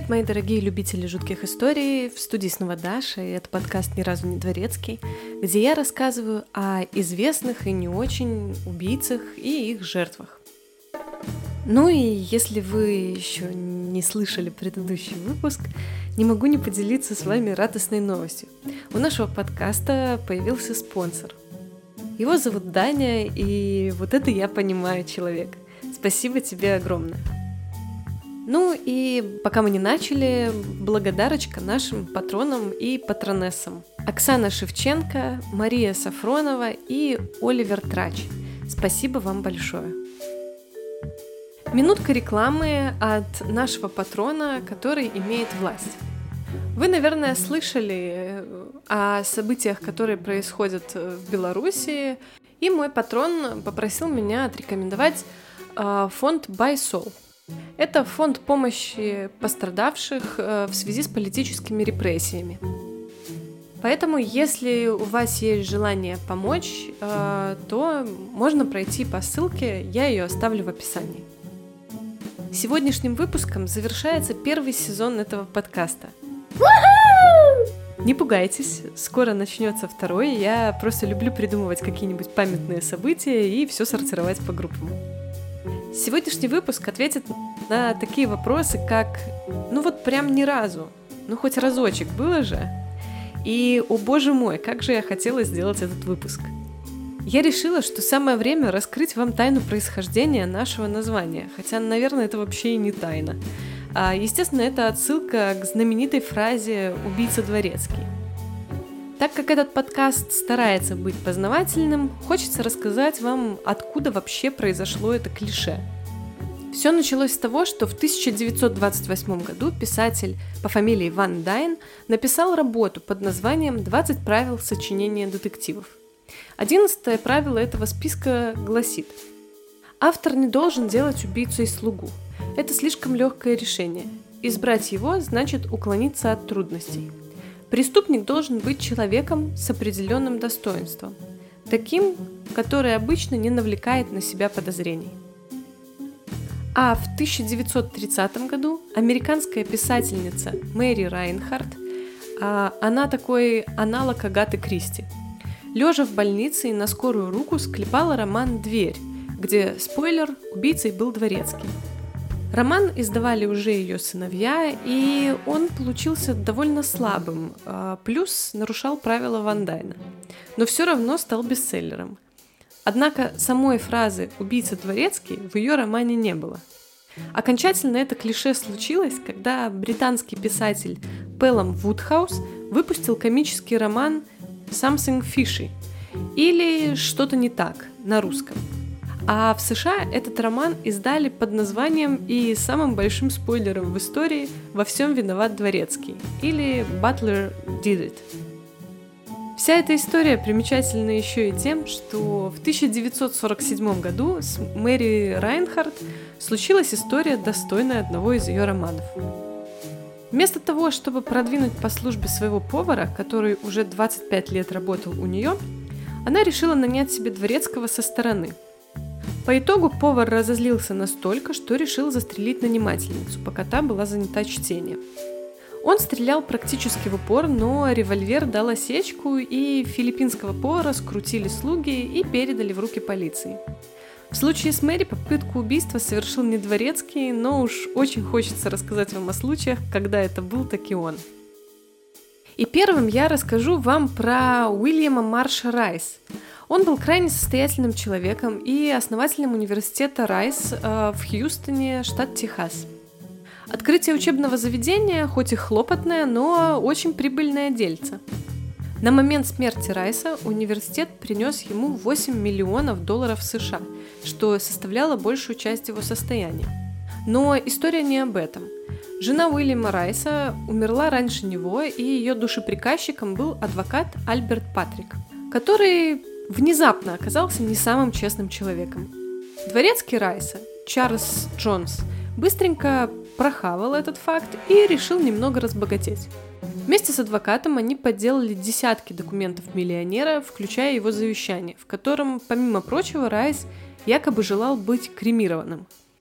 мои дорогие любители жутких историй, в студии снова Даша, и это подкаст «Ни разу не дворецкий», где я рассказываю о известных и не очень убийцах и их жертвах. Ну и если вы еще не слышали предыдущий выпуск, не могу не поделиться с вами радостной новостью. У нашего подкаста появился спонсор. Его зовут Даня, и вот это я понимаю человек. Спасибо тебе огромное. Ну и пока мы не начали, благодарочка нашим патронам и патронессам. Оксана Шевченко, Мария Сафронова и Оливер Трач. Спасибо вам большое. Минутка рекламы от нашего патрона, который имеет власть. Вы, наверное, слышали о событиях, которые происходят в Беларуси, и мой патрон попросил меня отрекомендовать фонд Buy Soul. Это фонд помощи пострадавших в связи с политическими репрессиями. Поэтому, если у вас есть желание помочь, то можно пройти по ссылке, я ее оставлю в описании. Сегодняшним выпуском завершается первый сезон этого подкаста. Не пугайтесь, скоро начнется второй, я просто люблю придумывать какие-нибудь памятные события и все сортировать по группам. Сегодняшний выпуск ответит на такие вопросы, как «ну вот прям ни разу», «ну хоть разочек было же» и «о боже мой, как же я хотела сделать этот выпуск». Я решила, что самое время раскрыть вам тайну происхождения нашего названия, хотя, наверное, это вообще и не тайна. Естественно, это отсылка к знаменитой фразе «убийца дворецкий». Так как этот подкаст старается быть познавательным, хочется рассказать вам, откуда вообще произошло это клише. Все началось с того, что в 1928 году писатель по фамилии Ван Дайн написал работу под названием «20 правил сочинения детективов». 11-е правило этого списка гласит: автор не должен делать убийцу и слугу. Это слишком легкое решение. Избрать его значит уклониться от трудностей. Преступник должен быть человеком с определенным достоинством, таким, который обычно не навлекает на себя подозрений. А в 1930 году американская писательница Мэри Райнхарт, она такой аналог Агаты Кристи, лежа в больнице и на скорую руку склепала роман «Дверь», где, спойлер, убийцей был дворецкий. Роман издавали уже ее сыновья, и он получился довольно слабым, плюс нарушал правила Ван Дайна, но все равно стал бестселлером. Однако самой фразы «убийца дворецкий» в ее романе не было. Окончательно это клише случилось, когда британский писатель Пелом Вудхаус выпустил комический роман «Something Fishy» или «Что-то не так» на русском. А в США этот роман издали под названием и самым большим спойлером в истории «Во всем виноват дворецкий» или «Butler did it». Вся эта история примечательна еще и тем, что в 1947 году с Мэри Райнхарт случилась история, достойная одного из ее романов. Вместо того, чтобы продвинуть по службе своего повара, который уже 25 лет работал у нее, она решила нанять себе дворецкого со стороны. По итогу повар разозлился настолько, что решил застрелить нанимательницу, пока та была занята чтением. Он стрелял практически в упор, но револьвер дал осечку, и филиппинского повара скрутили слуги и передали в руки полиции. В случае с Мэри попытку убийства совершил не дворецкий, но уж очень хочется рассказать вам о случаях, когда это был таки он. И первым я расскажу вам про Уильяма Марша Райс. Он был крайне состоятельным человеком и основателем университета Райс в Хьюстоне, штат Техас. Открытие учебного заведения, хоть и хлопотное, но очень прибыльное дельце. На момент смерти Райса университет принес ему $8 миллионов США, что составляло большую часть его состояния. Но история не об этом. Жена Уильяма Райса умерла раньше него, и ее душеприказчиком был адвокат Альберт Патрик, который внезапно оказался не самым честным человеком. Дворецкий Райса, Чарльз Джонс, быстренько прохавал этот факт и решил немного разбогатеть. Вместе с адвокатом они подделали десятки документов миллионера, включая его завещание, в котором, помимо прочего, Райс якобы желал быть кремированным. И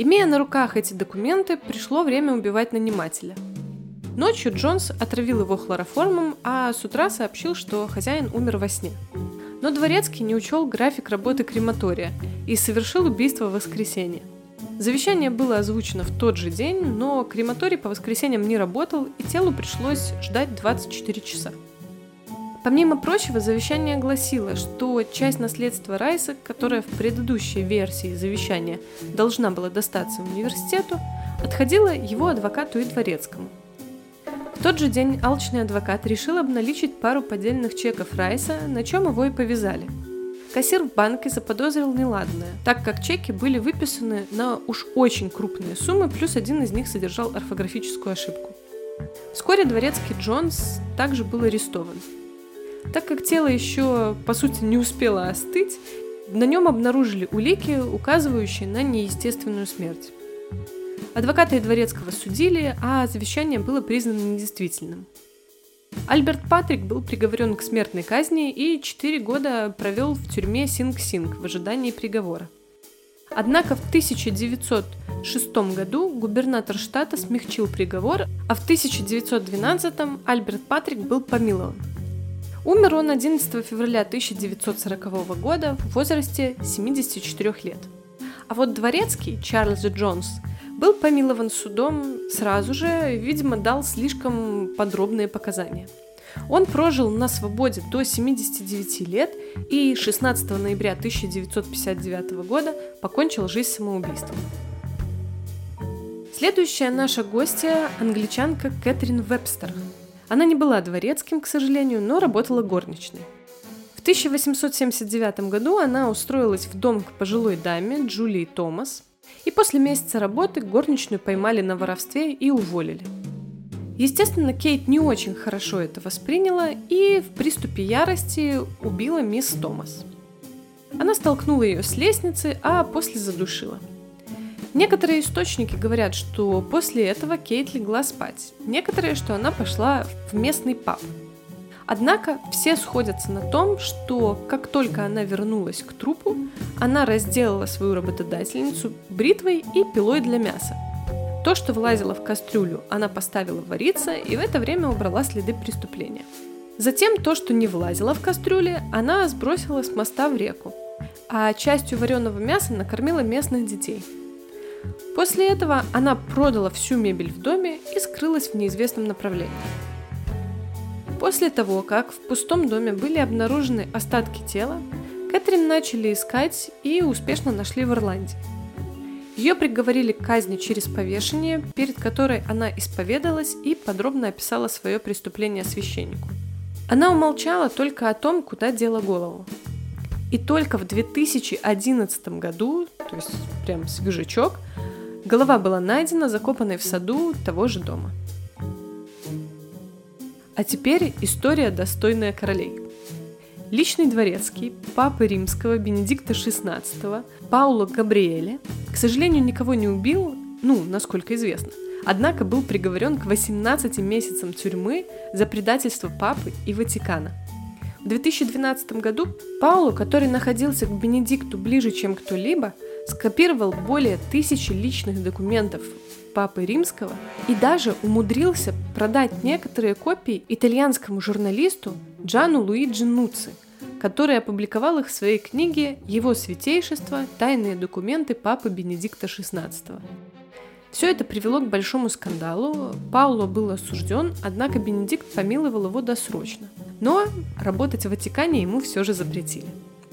Имея на руках эти документы, пришло время убивать нанимателя. Ночью Джонс отравил его хлороформом, а с утра сообщил, что хозяин умер во сне. Но дворецкий не учел график работы крематория и совершил убийство в воскресенье. Завещание было озвучено в тот же день, но крематорий по воскресеньям не работал, и телу пришлось ждать 24 часа. Помимо прочего, завещание гласило, что часть наследства Райса, которая в предыдущей версии завещания должна была достаться университету, отходила его адвокату и дворецкому. В тот же день алчный адвокат решил обналичить пару поддельных чеков Райса, на чем его и повязали. Кассир в банке заподозрил неладное, так как чеки были выписаны на уж очень крупные суммы, плюс один из них содержал орфографическую ошибку. Вскоре дворецкий Джонс также был арестован. Так как тело еще, по сути, не успело остыть, на нем обнаружили улики, указывающие на неестественную смерть. Адвоката и дворецкого судили, а завещание было признано недействительным. Альберт Патрик был приговорен к смертной казни и 4 года провел в тюрьме Синг-Синг в ожидании приговора. Однако в 1906 году губернатор штата смягчил приговор, а в 1912 Альберт Патрик был помилован. Умер он 11 февраля 1940 года в возрасте 74 лет. А вот дворецкий Чарльз Джонс был помилован судом сразу же, видимо, дал слишком подробные показания. Он прожил на свободе до 79 лет и 16 ноября 1959 года покончил жизнь самоубийством. Следующая наша гостья – англичанка Кэтрин Вебстер. Она не была дворецким, к сожалению, но работала горничной. В 1879 году она устроилась в дом к пожилой даме Джулии Томас, и после месяца работы горничную поймали на воровстве и уволили. Естественно, Кейт не очень хорошо это восприняла и в приступе ярости убила мисс Томас. Она столкнула ее с лестницы, а после задушила. Некоторые источники говорят, что после этого Кейт легла спать, некоторые, что она пошла в местный паб. Однако все сходятся на том, что как только она вернулась к трупу, она разделала свою работодательницу бритвой и пилой для мяса. То, что влазило в кастрюлю, она поставила вариться и в это время убрала следы преступления. Затем то, что не влазило в кастрюлю, она сбросила с моста в реку, а частью вареного мяса накормила местных детей. После этого она продала всю мебель в доме и скрылась в неизвестном направлении. После того, как в пустом доме были обнаружены остатки тела, Кэтрин начали искать и успешно нашли в Ирландии. Ее приговорили к казни через повешение, перед которой она исповедалась и подробно описала свое преступление священнику. Она умолчала только о том, куда дела голову. И только в 2011 году, то есть прям свежачок, голова была найдена, закопанной в саду того же дома. А теперь история, достойная королей. Личный дворецкий папы римского Бенедикта XVI Пауло Габриэле, к сожалению, никого не убил, насколько известно, однако был приговорен к 18 месяцам тюрьмы за предательство папы и Ватикана. В 2012 году Пауло, который находился к Бенедикту ближе, чем кто-либо, скопировал более 1000 личных документов Папы Римского и даже умудрился продать некоторые копии итальянскому журналисту Джану Луиджи Нуцци, который опубликовал их в своей книге «Его святейшество. Тайные документы Папы Бенедикта XVI». Все это привело к большому скандалу, Пауло был осужден, однако Бенедикт помиловал его досрочно. Но работать в Ватикане ему все же запретили.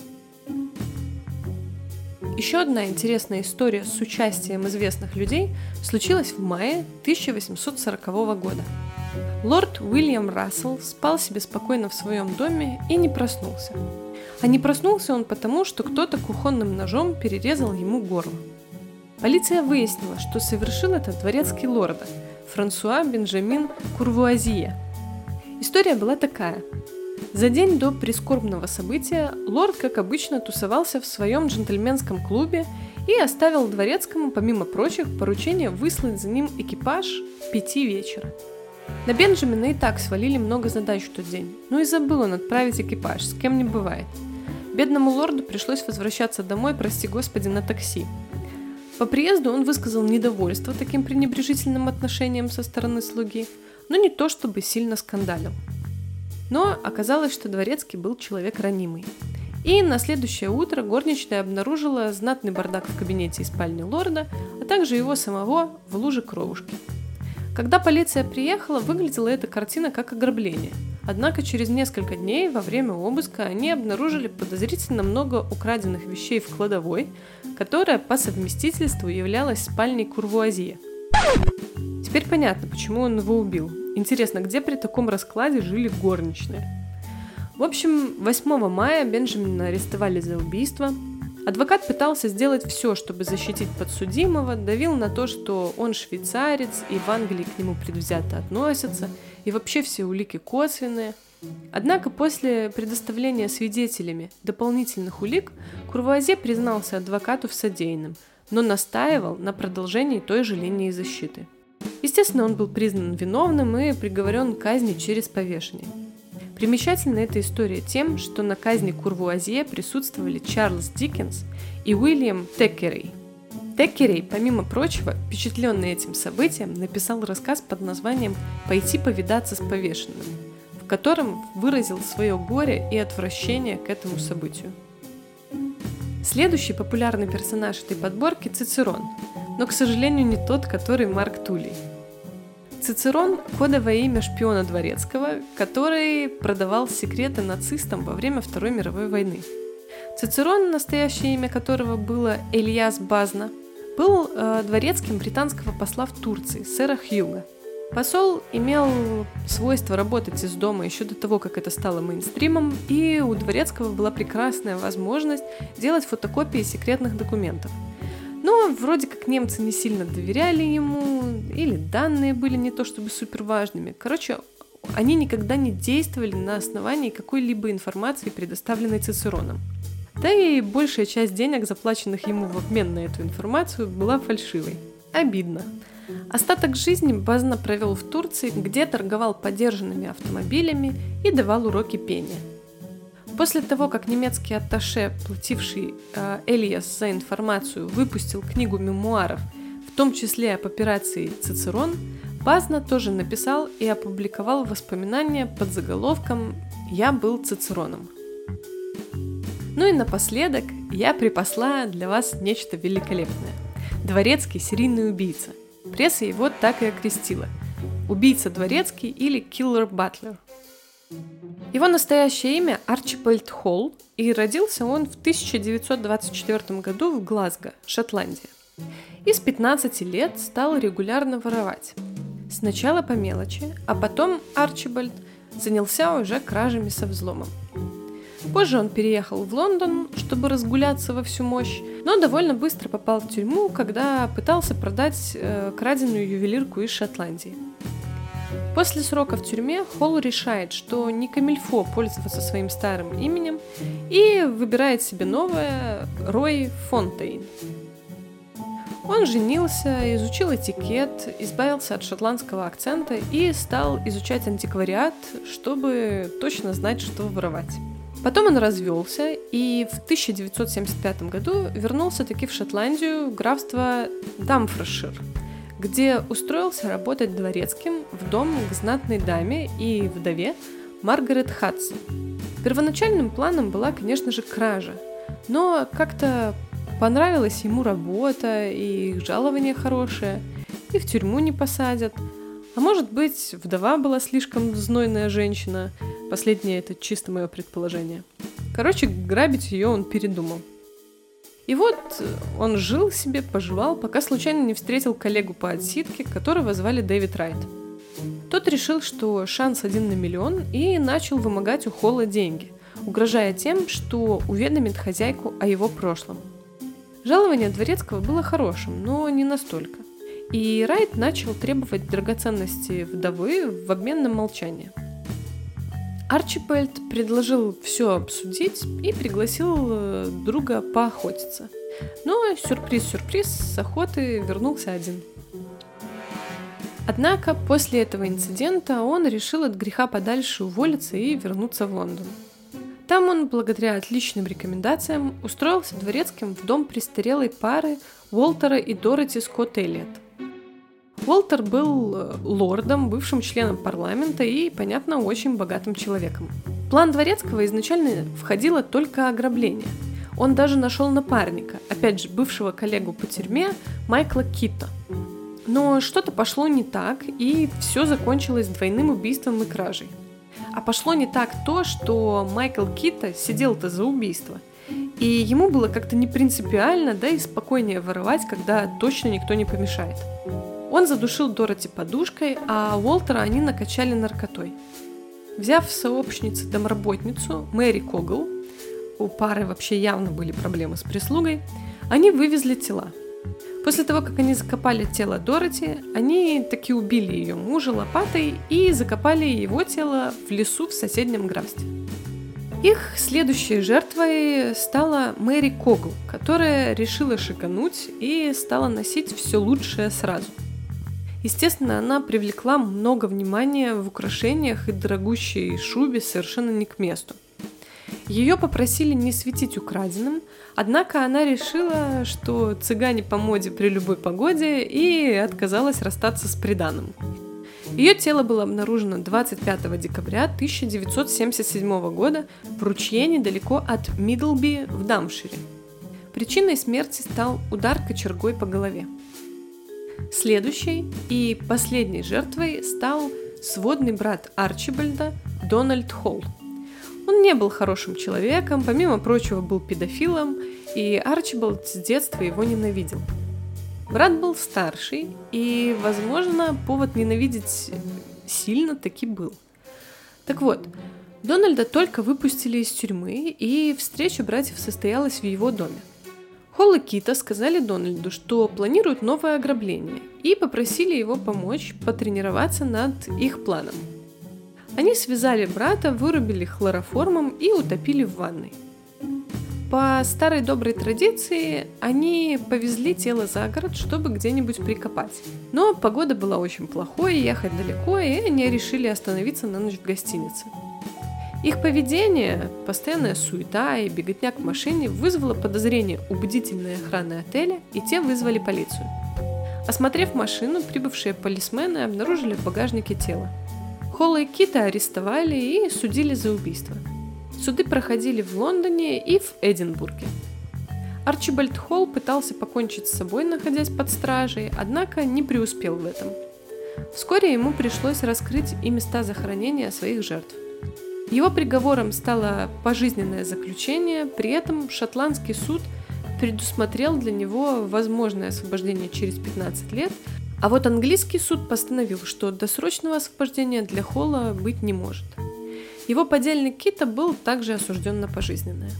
Еще одна интересная история с участием известных людей случилась в мае 1840 года. Лорд Уильям Рассел спал себе спокойно в своем доме и не проснулся. А не проснулся он потому, что кто-то кухонным ножом перерезал ему горло. Полиция выяснила, что совершил это дворецкий лорда Франсуа Бенджамин Курвуазье. История была такая. За день до прискорбного события лорд, как обычно, тусовался в своем джентльменском клубе и оставил дворецкому, помимо прочих, поручение выслать за ним экипаж к 5 вечера. На Бенджамина и так свалили много задач в тот день, и забыл он отправить экипаж, с кем не бывает. Бедному лорду пришлось возвращаться домой, прости господи, на такси. По приезду он высказал недовольство таким пренебрежительным отношением со стороны слуги, но не то чтобы сильно скандалил. Но оказалось, что дворецкий был человек ранимый. И на следующее утро горничная обнаружила знатный бардак в кабинете и спальне лорда, а также его самого в луже кровушки. Когда полиция приехала, выглядела эта картина как ограбление. Однако через несколько дней во время обыска они обнаружили подозрительно много украденных вещей в кладовой, которая по совместительству являлась спальней Курвуазье. Теперь понятно, почему он его убил. Интересно, где при таком раскладе жили горничные? В общем, 8 мая Бенджамина арестовали за убийство. Адвокат пытался сделать все, чтобы защитить подсудимого, давил на то, что он швейцарец, и в Англии к нему предвзято относятся, и вообще все улики косвенные. Однако после предоставления свидетелями дополнительных улик Курвуазье признался адвокату в содеянном, но настаивал на продолжении той же линии защиты. Естественно, он был признан виновным и приговорен к казни через повешение. Примечательна эта история тем, что на казни Курвуазье присутствовали Чарльз Диккенс и Уильям Теккерей. Теккерей, помимо прочего, впечатленный этим событием, написал рассказ под названием «Пойти повидаться с повешенным», в котором выразил свое горе и отвращение к этому событию. Следующий популярный персонаж этой подборки – Цицерон, но, к сожалению, не тот, который Марк Туллий. Цицерон – кодовое имя шпиона дворецкого, который продавал секреты нацистам во время Второй мировой войны. Цицерон, настоящее имя которого было Элиас Базна, был дворецким британского посла в Турции, сэра Хьюга. Посол имел свойство работать из дома еще до того, как это стало мейнстримом, и у дворецкого была прекрасная возможность делать фотокопии секретных документов. Но вроде как немцы не сильно доверяли ему, или данные были не то чтобы супер важными. Короче, они никогда не действовали на основании какой-либо информации, предоставленной Цицероном. Да и большая часть денег, заплаченных ему в обмен на эту информацию, была фальшивой. Обидно. Остаток жизни Базна провел в Турции, где торговал подержанными автомобилями и давал уроки пения. После того, как немецкий атташе, плативший Элиас за информацию, выпустил книгу мемуаров, в том числе об операции «Цицерон», Базна тоже написал и опубликовал воспоминания под заголовком «Я был Цицероном». Ну и напоследок я припасла для вас нечто великолепное. Дворецкий серийный убийца. Пресса его так и окрестила. Убийца Дворецкий или Killer Butler. Его настоящее имя Арчибальд Холл, и родился он в 1924 году в Глазго, Шотландия. И с 15 лет стал регулярно воровать. Сначала по мелочи, а потом Арчибальд занялся уже кражами со взломом. Позже он переехал в Лондон, чтобы разгуляться во всю мощь, но довольно быстро попал в тюрьму, когда пытался продать краденую ювелирку из Шотландии. После срока в тюрьме Холл решает, что не камильфо пользоваться своим старым именем, и выбирает себе новое – Рой Фонтейн. Он женился, изучил этикет, избавился от шотландского акцента и стал изучать антиквариат, чтобы точно знать, что воровать. Потом он развелся и в 1975 году вернулся таки в Шотландию, графство Дамфоршир, где устроился работать дворецким в дом к знатной даме и вдове Маргарет Хадсон. Первоначальным планом была, конечно же, кража, но как-то понравилась ему работа и жалование хорошее, и в тюрьму не посадят. А может быть, вдова была слишком знойная женщина, последнее это чисто мое предположение. Короче, грабить ее он передумал. И вот он жил себе, поживал, пока случайно не встретил коллегу по отсидке, которого звали Дэвид Райт. Тот решил, что шанс 1 на миллион, и начал вымогать у Холла деньги, угрожая тем, что уведомит хозяйку о его прошлом. Жалование дворецкого было хорошим, но не настолько. И Райт начал требовать драгоценности вдовы в обмен на молчание. Арчибальд предложил все обсудить и пригласил друга поохотиться. Но сюрприз-сюрприз, с охоты вернулся один. Однако после этого инцидента он решил от греха подальше уволиться и вернуться в Лондон. там он, благодаря отличным рекомендациям, устроился дворецким в дом престарелой пары Уолтера и Дороти Скотт Эллиот. Уолтер был лордом, бывшим членом парламента и, понятно, очень богатым человеком. В план дворецкого изначально входило только ограбление. Он даже нашел напарника, опять же, бывшего коллегу по тюрьме Майкла Китта. Но что-то пошло не так, и все закончилось двойным убийством и кражей. А пошло не так то, что Майкл Китта сидел-то за убийство, и ему было как-то не принципиально, да и спокойнее воровать, когда точно никто не помешает. Он задушил Дороти подушкой, а Уолтера они накачали наркотой. Взяв в сообщницы домработницу Мэри Когл, у пары вообще явно были проблемы с прислугой, они вывезли тела. После того, как они закопали тело Дороти, они таки убили ее мужа лопатой и закопали его тело в лесу в соседнем графстве. Их следующей жертвой стала Мэри Когл, которая решила шикануть и стала носить все лучшее сразу. Естественно, она привлекла много внимания в украшениях и дорогущей шубе совершенно не к месту. Ее попросили не светить украденным, однако она решила, что цыгане по моде при любой погоде, и отказалась расстаться с приданым. Ее тело было обнаружено 25 декабря 1977 года в ручье недалеко от Мидлби в Дампшире. Причиной смерти стал удар кочергой по голове. Следующей и последней жертвой стал сводный брат Арчибальда Дональд Холл. Он не был хорошим человеком, помимо прочего был педофилом, и Арчибальд с детства его ненавидел. Брат был старший, и, возможно, повод ненавидеть сильно таки был. Так вот, Дональда только выпустили из тюрьмы, и встреча братьев состоялась в его доме. Холл и Китта сказали Дональду, что планируют новое ограбление, и попросили его помочь потренироваться над их планом. Они связали брата, вырубили хлороформом и утопили в ванной. По старой доброй традиции они повезли тело за город, чтобы где-нибудь прикопать. Но погода была очень плохой, ехать далеко, и они решили остановиться на ночь в гостинице. Их поведение, постоянная суета и беготня к машине вызвало подозрение у бдительной охраны отеля, и те вызвали полицию. Осмотрев машину, прибывшие полисмены обнаружили в багажнике тело. Холла и Китта арестовали и судили за убийство. Суды проходили в Лондоне и в Эдинбурге. Арчибальд Холл пытался покончить с собой, находясь под стражей, однако не преуспел в этом. Вскоре ему пришлось раскрыть и места захоронения своих жертв. Его приговором стало пожизненное заключение, при этом шотландский суд предусмотрел для него возможное освобождение через 15 лет, а вот английский суд постановил, что досрочного освобождения для Холла быть не может. Его подельник Китта был также осужден на пожизненное.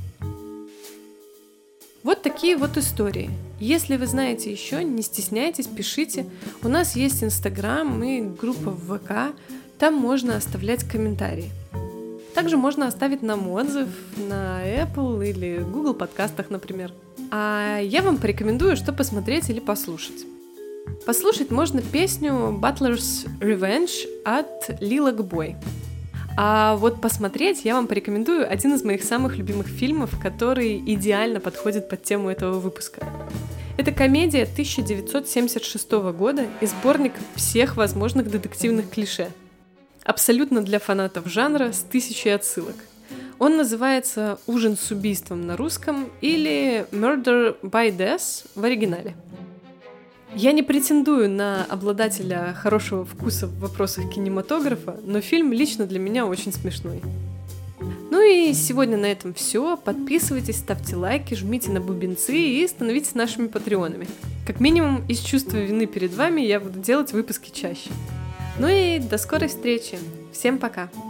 Вот такие вот истории. Если вы знаете еще, не стесняйтесь, пишите. У нас есть Инстаграм и группа в ВК, там можно оставлять комментарии. Также можно оставить нам отзыв на Apple или Google подкастах, например. А я вам порекомендую, что посмотреть или послушать. Послушать можно песню Butler's Revenge от Lil Boy. А вот посмотреть я вам порекомендую один из моих самых любимых фильмов, который идеально подходит под тему этого выпуска. Это комедия 1976 года и сборник всех возможных детективных клише. Абсолютно для фанатов жанра с 1000 отсылок. Он называется «Ужин с убийством» на русском или «Murder by Death» в оригинале. Я не претендую на обладателя хорошего вкуса в вопросах кинематографа, но фильм лично для меня очень смешной. Ну и сегодня на этом все. Подписывайтесь, ставьте лайки, жмите на бубенцы и становитесь нашими патреонами. Как минимум, из чувства вины перед вами я буду делать выпуски чаще. Ну и до скорой встречи. Всем пока!